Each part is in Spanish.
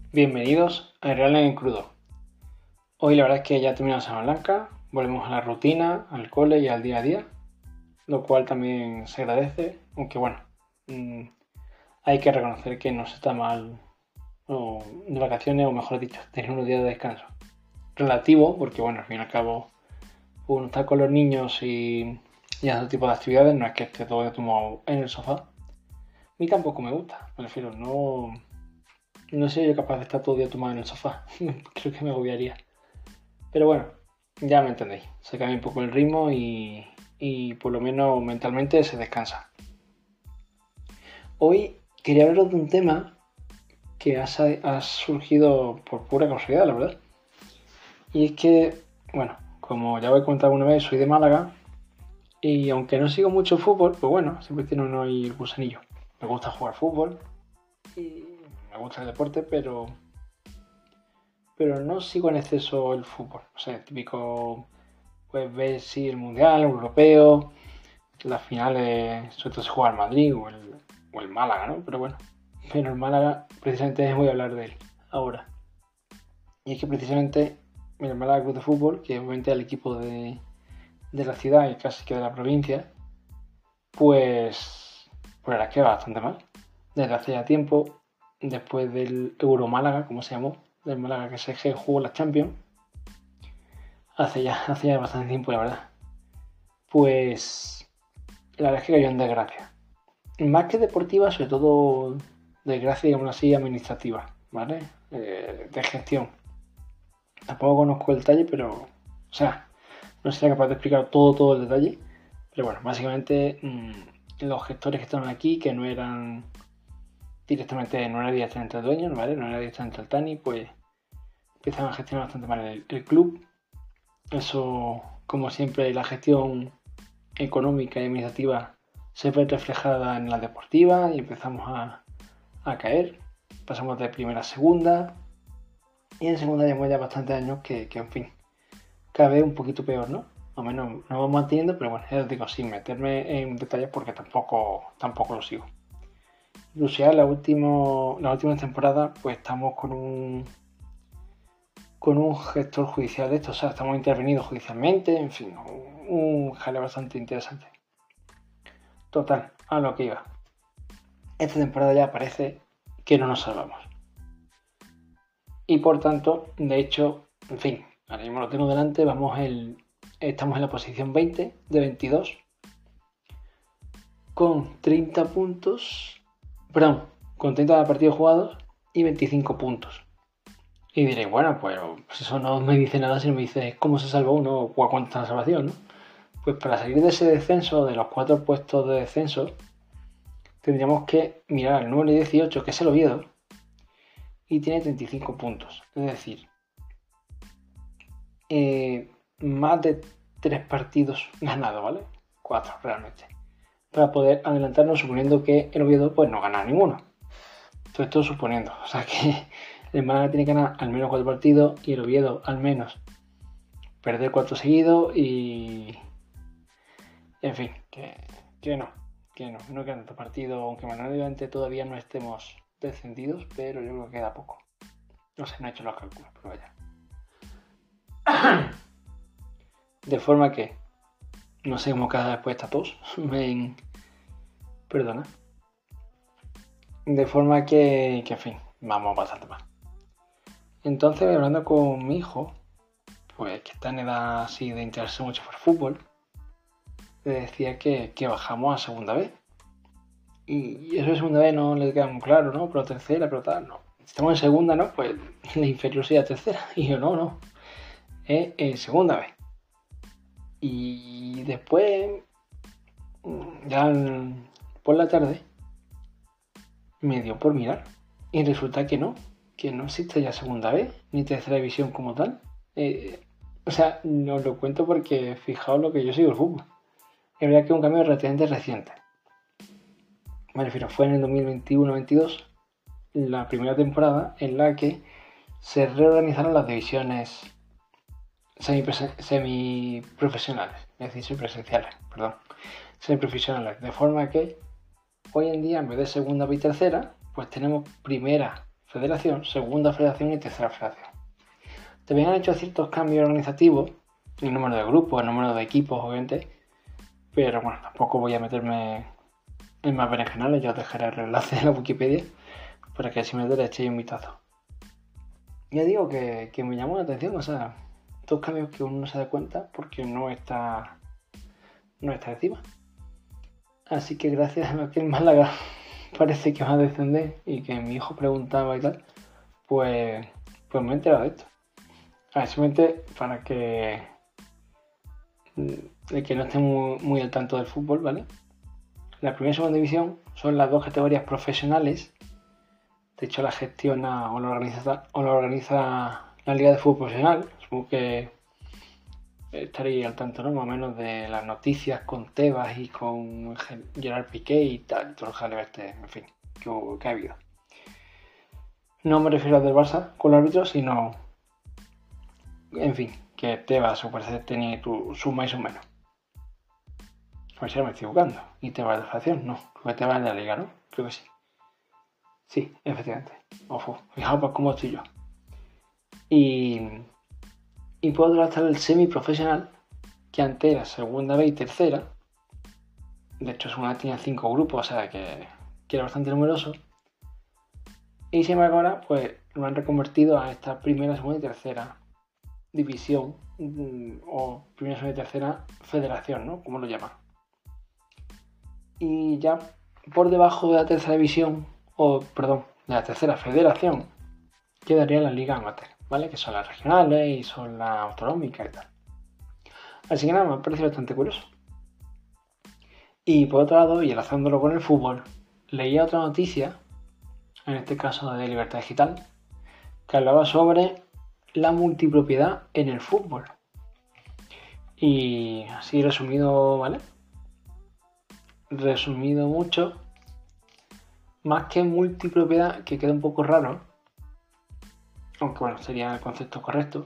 Bienvenidos a Real en Crudo. Hoy la verdad es que ya terminamos Semana Blanca, volvemos a la rutina, al cole y al día a día, lo cual también se agradece, aunque bueno, hay que reconocer que no se está mal de vacaciones, o mejor dicho, tener unos días de descanso. Relativo, porque bueno, al fin y al cabo uno está con los niños y hace otro tipo de actividades, no es que esté todo tumbado en el sofá. A mí tampoco me gusta, prefiero no soy yo capaz de estar todo el día tumbado en el sofá, creo que me agobiaría. Pero bueno, ya me entendéis. Se cambia un poco el ritmo y por lo menos mentalmente se descansa. Hoy quería hablaros de un tema que ha surgido por pura casualidad, la verdad. Y es que, bueno, como ya os he contado una vez, soy de Málaga y aunque no sigo mucho fútbol, pues bueno, siempre tiene uno ahí el gusanillo. Me gusta jugar fútbol y me gusta el deporte, pero no sigo en exceso el fútbol. O sea, típico, pues ves si el mundial, el europeo, las finales, sobre todo se juega el Madrid o el Málaga, ¿no? Pero bueno, pero el Málaga, precisamente voy a hablar de él ahora. Y es que precisamente el Málaga Club de Fútbol, que obviamente es el equipo de la ciudad y casi que de la provincia, pues la verdad es que va bastante mal. Desde hace ya tiempo, después del Euro Málaga, como se llamó, del Málaga que se jugó la Champions, hace ya bastante tiempo, la verdad. Pues la verdad es que cayó en desgracia. Más que deportiva, sobre todo desgracia, digamos así, administrativa, ¿vale? De gestión. Tampoco conozco el detalle, pero, o sea, no sería capaz de explicar todo el detalle. Pero bueno, básicamente los gestores que estaban aquí, que no eran directamente el dueño, ¿vale? No era directamente el TANI, pues empezaron a gestionar bastante mal el club. Eso, como siempre, la gestión económica y administrativa se ve reflejada en la deportiva y empezamos a caer. Pasamos de primera a segunda y en segunda llevamos ya bastantes años que en fin, cada vez un poquito peor, ¿no? Al menos nos vamos manteniendo, pero bueno, ya os digo, sin meterme en detalles porque tampoco lo sigo. Incluso ya las últimas temporadas pues estamos con un gestor judicial de esto, o sea, estamos intervenidos judicialmente, en fin, un jaleo bastante interesante. Total, a lo que iba. Esta temporada ya parece que no nos salvamos. Y por tanto, de hecho, en fin, ahora mismo lo tengo delante, estamos en la posición 20 de 22 con 30 puntos, perdón, con 30 partidos jugados y 25 puntos. Y diréis, bueno, pues eso no me dice nada si no me dice cómo se salva uno o a cuánto está la salvación, ¿no? Pues para salir de ese descenso, de los 4 puestos de descenso, tendríamos que mirar al número 18, que es el Oviedo, y tiene 35 puntos. Es decir, más de 3 partidos ganados, ¿vale? 4 realmente. Para poder adelantarnos suponiendo que el Oviedo pues no gana ninguno. Todo esto suponiendo. O sea que el Málaga tiene que ganar al menos 4 partidos y el Oviedo al menos perder 4 seguidos y... En fin, que no quedan tantos partidos, aunque manualmente todavía no estemos descendidos, pero yo creo que queda poco. No sé, no he hecho los cálculos, pero vaya. De forma que, no sé cómo queda después esta tos, perdona. De forma que, en fin, vamos bastante mal. Entonces, hablando con mi hijo, pues que está en edad así de interesarse mucho por el fútbol, le decía que bajamos a segunda vez. Y eso de segunda vez no le queda muy claro, ¿no? Pero tercera, pero tal, no. Si estamos en segunda, ¿no? Pues la inferior sería tercera. Y yo, no. Es segunda vez. Y después, ya por la tarde, me dio por mirar. Y resulta que no existe ya segunda vez, ni tercera división como tal. O sea, no os lo cuento porque fijaos lo que yo sigo el fútbol. Es verdad que es un cambio relativamente reciente. Me refiero, fue en el 2021-22, la primera temporada en la que se reorganizaron las divisiones semiprofesionales, es decir, semiprofesionales, de forma que hoy en día en vez de segunda y tercera, pues tenemos primera federación, segunda federación y tercera federación. También han hecho ciertos cambios organizativos, el número de grupos, el número de equipos, obviamente, pero bueno, tampoco voy a meterme en más berenjenales, ya os dejaré el enlace en la Wikipedia para que si me le echéis un vistazo. Ya digo que me llamó la atención, o sea, estos cambios que uno no se da cuenta porque no está encima. Así que gracias a que el Málaga parece que va a descender y que mi hijo preguntaba y tal, pues me he enterado de esto. A ver, simplemente para que no esté muy al tanto del fútbol, ¿vale? La primera y segunda división son las dos categorías profesionales. De hecho, la gestiona o la organiza la Liga de Fútbol Profesional. Supongo que estaréis al tanto, ¿no? Más o menos de las noticias con Tebas y con Gerard Piqué y tal, todo el jaleo en fin, que ha habido. No me refiero al del Barça con el árbitro, sino, en fin, que Tebas, o parece tener su más y su menos. A ver si me estoy equivocando. Y Tebas de la Federación, no, creo que Tebas de la Liga, ¿no? Creo que sí. Sí, efectivamente. Ojo, fijaos por cómo estoy yo. Y por otro lado está el semiprofesional, que antes era segunda B y tercera. De hecho, segunda tenía 5 grupos, o sea que era bastante numeroso. Y sin embargo ahora, pues lo han reconvertido a esta primera, segunda y tercera división, o primera, segunda y tercera federación, ¿no? Como lo llaman. Y ya por debajo de la tercera división, de la tercera federación, quedaría la liga amateur, ¿vale? Que son las regionales y son las autonómicas y tal. Así que nada, me ha parecido bastante curioso. Y por otro lado, y enlazándolo con el fútbol, leía otra noticia, en este caso de Libertad Digital, que hablaba sobre la multipropiedad en el fútbol. Y así resumido, ¿vale? Resumido mucho, más que multipropiedad, que queda un poco raro, aunque bueno, sería el concepto correcto,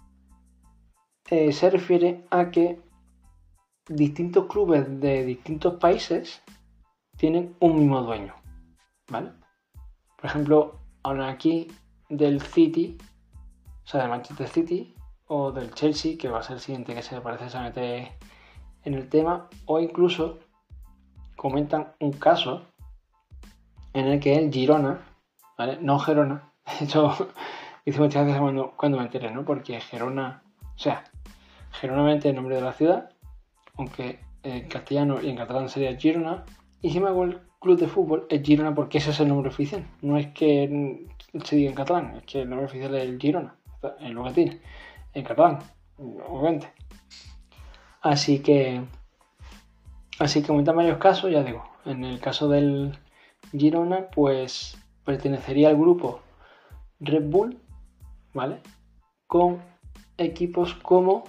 se refiere a que distintos clubes de distintos países tienen un mismo dueño, ¿vale? Por ejemplo, ahora aquí del City, o sea, del Manchester City, o del Chelsea, que va a ser el siguiente que se parece a meter en el tema, o incluso comentan un caso en el que el Girona, ¿vale? No Gerona, eso hice muchas veces cuando me enteré, ¿no? Porque Gerona, o sea, Gerona mente el nombre de la ciudad, aunque en castellano y en catalán sería Girona, y si me hago el club de fútbol es Girona porque ese es el nombre oficial, no es que se diga en catalán, es que el nombre oficial es el Girona, en lo que tiene, en catalán, obviamente. Así que comentan varios casos, ya digo, en el caso del Girona, pues pertenecería al grupo Red Bull, ¿vale? Con equipos como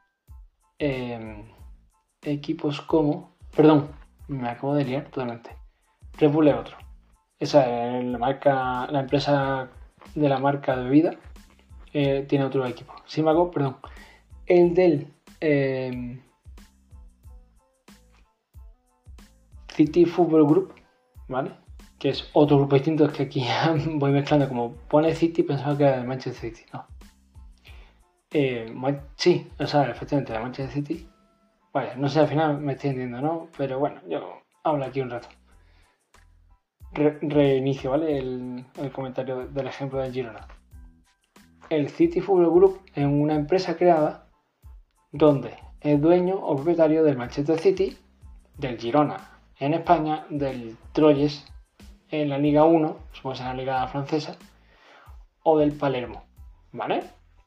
perdón, me acabo de liar totalmente. Red Bull es otro. Esa es la empresa de la marca de bebida, tiene otro equipo. Sin embargo, perdón, el del City Football Group, ¿vale? Que es otro grupo distinto, es que aquí voy mezclando, como pone City, pensaba que era de Manchester City, no. Sí, o sea, efectivamente, de Manchester City. Vaya, no sé, al final me estoy entendiendo, ¿no? Pero bueno, yo hablo aquí un rato. Reinicio, ¿vale? El comentario del ejemplo del Girona. El City Football Group es una empresa creada donde es dueño o propietario del Manchester City, del Girona en España, del Troyes en la Liga 1, supongo que es en la Liga francesa, o del Palermo, ¿vale?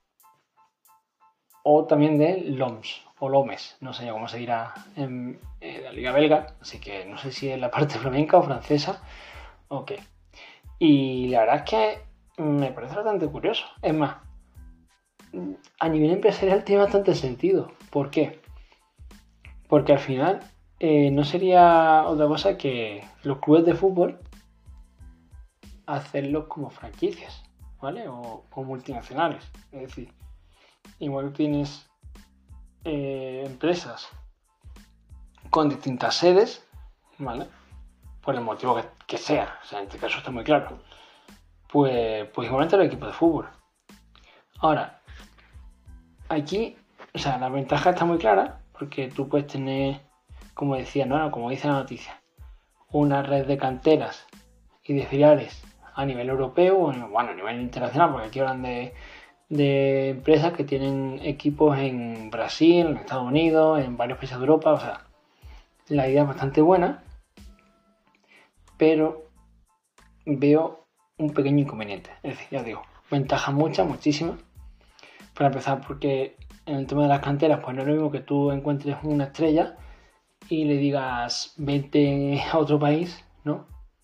O también del Loms, o Lomes, no sé cómo se dirá en la Liga belga, así que no sé si es la parte flamenca o francesa o qué. Y la verdad es que me parece bastante curioso. Es más, a nivel empresarial tiene bastante sentido. ¿Por qué? Porque al final no sería otra cosa que los clubes de fútbol hacerlos como franquicias, ¿vale? O multinacionales. Es decir, igual tienes empresas con distintas sedes, ¿vale? Por el motivo que sea, o sea, en este caso está muy claro. pues igualmente los equipos de fútbol. Ahora, aquí, o sea, la ventaja está muy clara, porque tú puedes tener, como decía, ¿no? Como dice la noticia, una red de canteras y de filiales a nivel europeo, bueno, a nivel internacional, porque aquí hablan de empresas que tienen equipos en Brasil, en Estados Unidos, en varios países de Europa, o sea, la idea es bastante buena, pero veo un pequeño inconveniente. Es decir, ya digo, ventaja muchísima. Para empezar, porque en el tema de las canteras, pues no es lo mismo que tú encuentres una estrella y le digas vente a otro país, ¿no?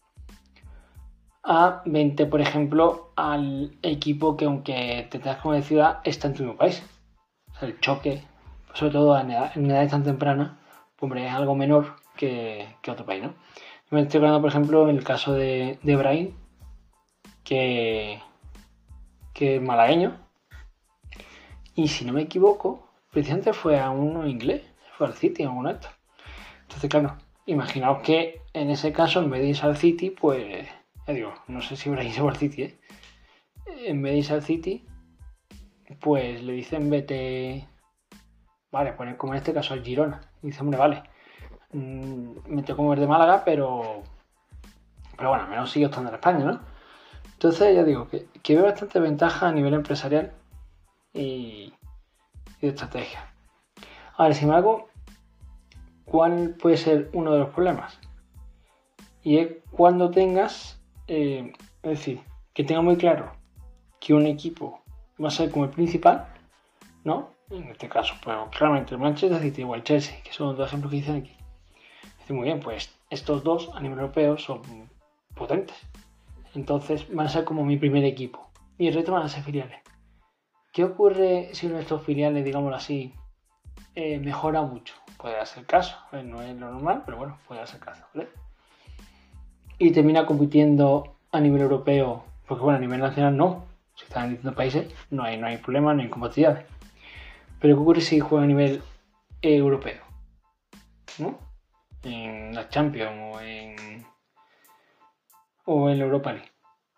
A vente, por ejemplo, al equipo que aunque te tengas como de ciudad, está en tu mismo país. O sea, el choque, sobre todo en edades tan tempranas, pues, hombre, es algo menor que otro país, ¿no? Me estoy acordando, por ejemplo, en el caso de Brahim, que es malagueño, y si no me equivoco, precisamente fue a uno inglés, fue al City, a uno de estos. Entonces, claro, imaginaos que en ese caso, en vez de irse al City, pues, ya digo, no sé si Brahim se va al City, ¿eh? En vez de irse al City, pues le dicen vete, vale, pues como en este caso al Girona. Y dice, hombre, vale, me tengo que mover de Málaga, pero bueno, al menos sigo estando en España, ¿no? Entonces ya digo que veo bastante ventaja a nivel empresarial y de estrategia. Ahora, sin embargo, ¿cuál puede ser uno de los problemas? Y es cuando tengas, es decir, que tenga muy claro que un equipo va a ser como el principal, ¿no? En este caso, pues claramente el Manchester City o el Chelsea, que son dos ejemplos que dicen aquí. Dice, muy bien, pues estos dos a nivel europeo son potentes. Entonces van a ser como mi primer equipo. Y el resto van a ser filiales. ¿Qué ocurre si uno de estos filiales, digámoslo así, mejora mucho? Puede ser el caso, no es lo normal, pero bueno, puede ser el caso, ¿vale? Y termina compitiendo a nivel europeo, porque bueno, a nivel nacional no. Si están en distintos países, no hay problema, no hay incompatibilidades. Pero ¿qué ocurre si juega a nivel europeo? ¿No? En la Champions o en la Europa League.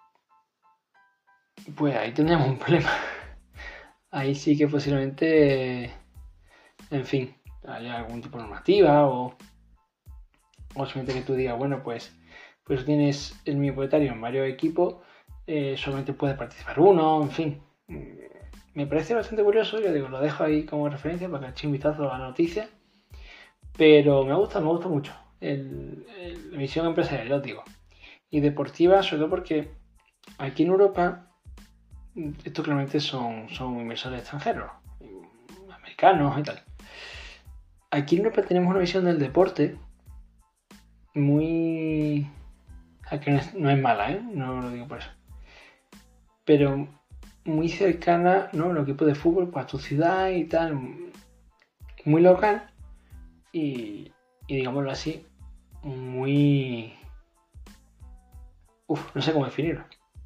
Pues ahí tendríamos un problema. Ahí sí que posiblemente, en fin, haya algún tipo de normativa o simplemente que tú digas, bueno, pues tienes el mismo propietario en varios equipos, solamente puede participar uno, en fin. Me parece bastante curioso, yo digo, lo dejo ahí como referencia para que eche un vistazo a la noticia, pero me gusta mucho la visión empresarial, ya os digo, y deportiva, sobre todo porque aquí en Europa esto claramente son inversores extranjeros, americanos y tal. Aquí en Europa tenemos una visión del deporte muy... Aquí no es mala, ¿eh? No lo digo por eso. Pero muy cercana, ¿no? Los equipos de fútbol, pues a tu ciudad y tal. Muy local y digámoslo así, muy... no sé cómo definirlo.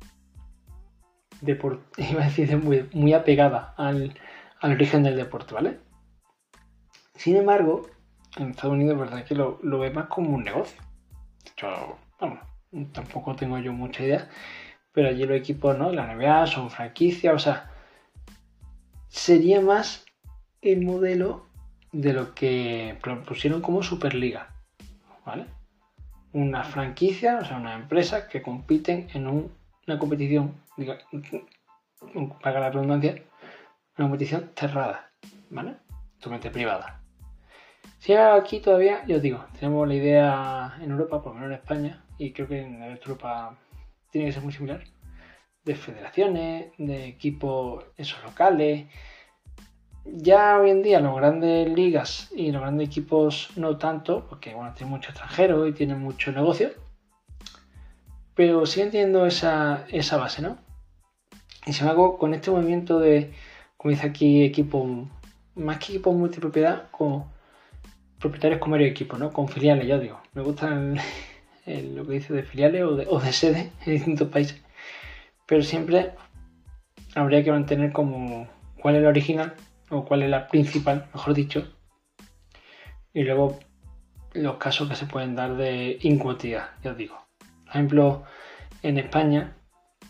Iba a decir muy apegada al origen del deporte, ¿vale? Sin embargo, en Estados Unidos, verdad que lo ve más como un negocio. De hecho, vamos, tampoco tengo yo mucha idea, pero allí los equipos, ¿no? La NBA son franquicias, o sea, sería más el modelo de lo que propusieron como Superliga, ¿vale? Una franquicia, o sea, una empresa que compiten en una competición, para la redundancia, una competición cerrada, ¿vale? Totalmente privada. Si aquí todavía, yo os digo, tenemos la idea en Europa, por lo menos en España, y creo que en el resto de Europa tiene que ser muy similar, de federaciones, de equipos esos locales. Ya hoy en día las grandes ligas y los grandes equipos no tanto, porque bueno, tienen mucho extranjero y tienen mucho negocio, pero siguen teniendo esa base, ¿no? Y sin embargo, con este movimiento de, como dice aquí, equipos, más que equipos multipropiedad, con propietarios con varios equipos, ¿no? Con filiales, ya digo. Me gusta lo que dice de filiales o de sede en distintos países. Pero siempre habría que mantener como cuál es la original o cuál es la principal, mejor dicho. Y luego los casos que se pueden dar de incompatibilidad, ya os digo. Por ejemplo, en España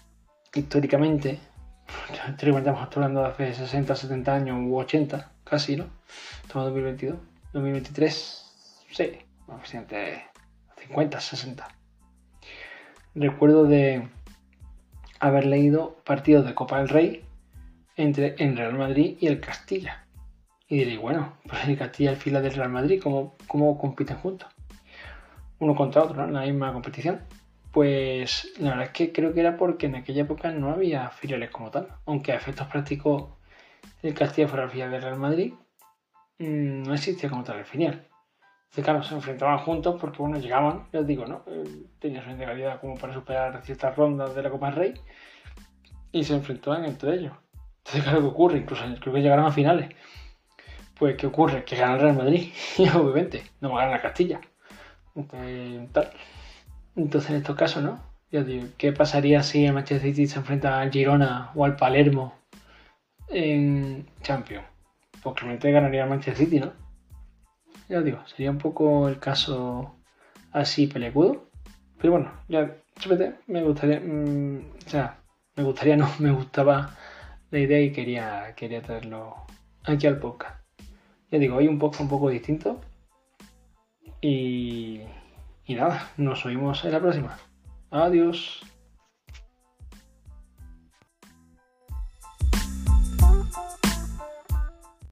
históricamente estamos hablando de hace 60, 70 años u 80, casi, ¿no? Estamos en 2022, 2023, sí, suficiente 50, 60. Recuerdo de haber leído partidos de Copa del Rey entre el Real Madrid y el Castilla. Y diréis, bueno, pues el Castilla es el fila del Real Madrid, ¿cómo compiten juntos? Uno contra otro, ¿no? En la misma competición. Pues la verdad es que creo que era porque en aquella época no había filiales como tal. Aunque a efectos prácticos el Castilla fuera el filial del Real Madrid, no existía como tal el filial. Entonces, claro, se enfrentaban juntos porque, bueno, llegaban, ya os digo, ¿no? Tenían suficiente calidad como para superar ciertas rondas de la Copa del Rey y se enfrentaban entre ellos. Entonces, claro, ¿qué ocurre? Incluso creo que llegaron a finales. Pues, ¿qué ocurre? Que gana el Real Madrid, y obviamente, no va a ganar la Castilla. Entonces, en estos casos, ¿no? Ya digo, ¿qué pasaría si el Manchester City se enfrenta al Girona o al Palermo en Champions? Pues claramente ganaría el Manchester City, ¿no? Ya os digo, sería un poco el caso así peleagudo. Pero bueno, ya simplemente me gustaría, me gustaba la idea y quería traerlo aquí al podcast. Ya digo, hoy un poco distinto. Y nada, nos oímos en la próxima. Adiós.